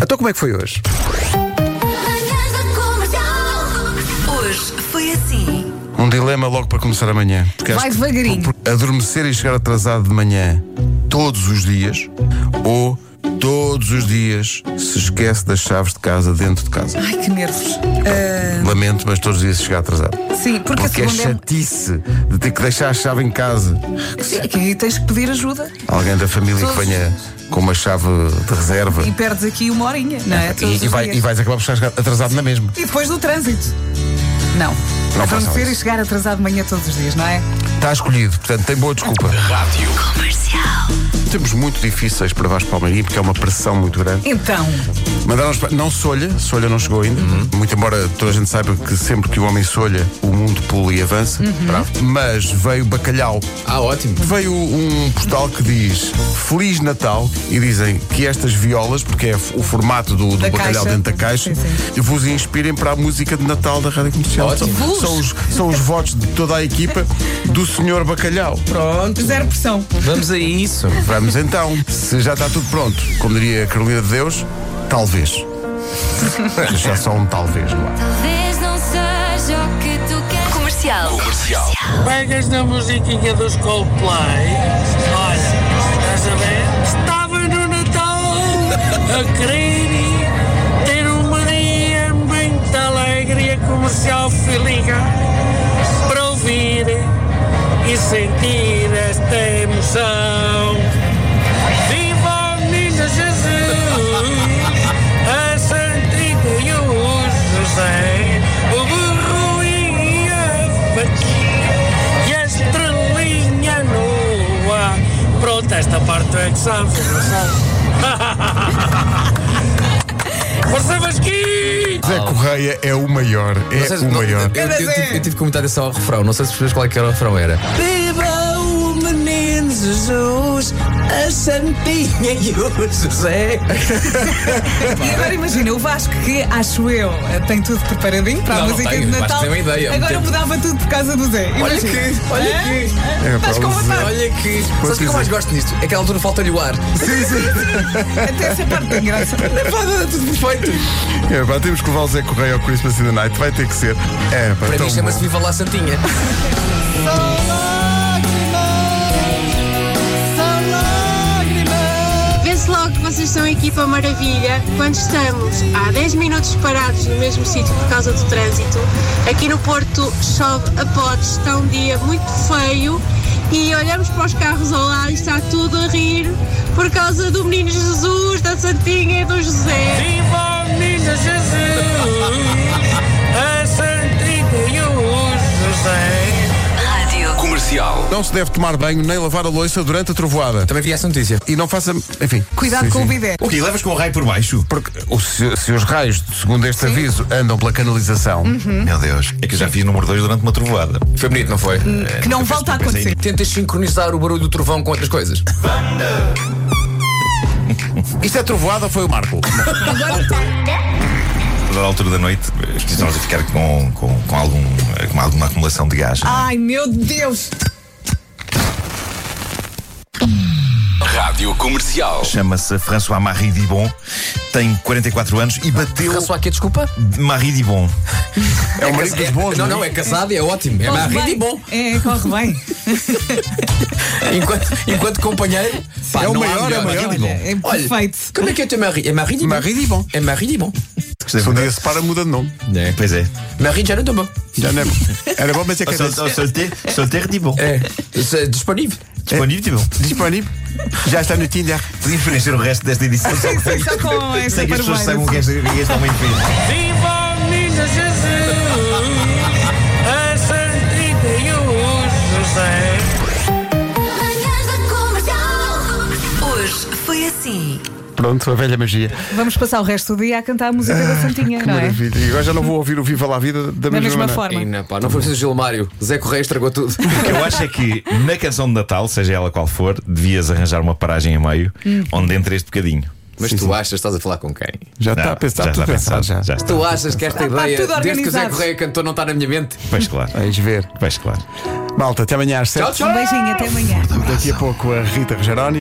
Então como é que foi hoje? Hoje foi assim. Um dilema logo para começar amanhã. Porque Vai acho que devagarinho. adormecer e chegar atrasado de manhã todos os dias, ou todos os dias se esquece das chaves de casa dentro de casa. Ai, que nervos. Lamento, mas todos os dias se chegar atrasado. Sim, porque a Porque é segunda chatice de ter que deixar a chave em casa. Sim, aqui tens que pedir ajuda. Alguém da família que Todos. venha com uma chave de reserva. E perdes aqui uma horinha, não é? Todos os dias. E vais acabar por chegar atrasado na mesma. E depois do trânsito. Não. Não façam Adormecer isso. e chegar atrasado de manhã todos os dias, não é? Está escolhido, portanto tem boa desculpa. Temos muito difíceis para Vasco Palmeirinho porque é uma pressão muito grande. Então, Mandaram-nos não Solha não chegou ainda. Muito embora toda a gente saiba que sempre que o homem solha, o mundo pula e avança. Mas veio Bacalhau. Ótimo. Veio um postal que diz Feliz Natal e dizem que estas violas, porque é o formato do Da bacalhau caixa. dentro da caixa, Sim, vos inspirem para a música de Natal da Rádio Comercial. Ótimo. São os votos de toda a equipa do Senhor Bacalhau. Pronto. zero pressão. Vamos a isso. Vamos então. Se já está tudo pronto, como diria a Carolina de Deus, talvez. Já só um talvez, não é? Talvez não seja o que tu queres. Comercial. Pegas na musiquinha dos Coldplay. Olha, estás a ver? Estava no Natal a querer ter uma dia muito alegre e a Comercial foi ligar para ouvir e sentir esta emoção. Viva o Menino Jesus, a Santinha e o José, o burro e a vaquinha e a estrelinha no ar. Pronto, esta parte é que sabes, não sabes? Força Vasquinho! Zé Correia é o maior. É o maior. Eu tive que comentar atenção ao refrão. Não sei se percebes qual é que era o refrão. Era Viva o Menino Jesus, a Santinha e o José. E agora imagina, o Vasco, que acho eu, tem tudo preparadinho para a Não, não música tenho. de Vasco Natal. tem uma ideia, Agora muito mudava tudo por causa do Zé. Olha Imagina. aqui, olha aqui. Estás com vontade. Olha aqui. Sabes o que eu mais gosto nisto? É que a altura falta-lhe o ar. Até essa parte tem graça. Tudo perfeito. É, pá, temos que levar o Zé Correia ao Christmas in the Night. Vai ter que ser. É, pá, Para tão mim chama-se bom. Viva lá Santinha. Vê-se logo que vocês são a equipa maravilha quando estamos há 10 minutos parados no mesmo sítio por causa do trânsito. Aqui no Porto chove a potes, está um dia muito feio e olhamos para os carros ao lado e está tudo a rir por causa do Menino Jesus, da Santinha e do José. Viva o Menino Jesus, a Santinha e o José. Rádio. Não se deve tomar banho nem lavar a louça durante a trovoada. Também vi essa notícia. E não faça. Enfim. Cuidado Sim, com sim. o bidé. O quê? Levas com o raio por baixo? Porque se os raios, segundo este aviso, andam pela canalização. Meu Deus. É que eu já fiz número 2 durante uma trovoada. Foi bonito, não foi? Que não volta a acontecer. Tentas sincronizar o barulho do trovão com outras coisas. Isto é trovoada ou foi o Marco? A dada altura da noite, precisamos de ficar com alguma acumulação de gás. Ai, meu Deus. Rádio Comercial. Chama-se François Marie Dibon, tem 44 anos e bateu. François aqui, desculpa? Marie Dibon. É o marido dos bons. Não, é casado e é ótimo. É Corre marido bem. e bom. É, corre bem. Enquanto companheiro, pá, É o não há maior, é o melhor. maior. Olha, é Olha, perfeito. como é que é o teu marido? É marido e bom. Marie Dibon. É marido e bom. Se um dia se para, muda de nome. Pois é. Marido já não está bom. Já não é bom. Era bom, mas é que Solteiro Dibon. É disponível. Disponível Dibon. disponível. Já está no Tinder. Podíamos preencher o resto desta edição só Sim, só com esta sem que as pessoas saibam parvoíce. que este homem fez. Viva o Menino Jesus, a Santinha e o José. Hoje foi assim. Pronto, a velha magia. Vamos passar o resto do dia a cantar a música da Santinha, Que não é? maravilha. E agora já não vou ouvir o Viva lá a Vida da Da mesma maneira. forma. Não foi preciso Gilmário. Zé Correia estragou tudo. O que eu acho é que na canção de Natal, seja ela qual for, devias arranjar uma paragem a meio onde entre este bocadinho. Mas tu achas, estás a falar com quem? Já está a pensar, está tudo pensado já. Já está. Tu achas que esta Está ideia, tudo desde que o Zé organizado. Correia cantou, não está na minha mente? Pois claro. Vais ver. Pois claro. Malta, até amanhã às 7. Tchau, tchau. Um beijinho, até amanhã. Daqui a pouco a Rita Rogeroni.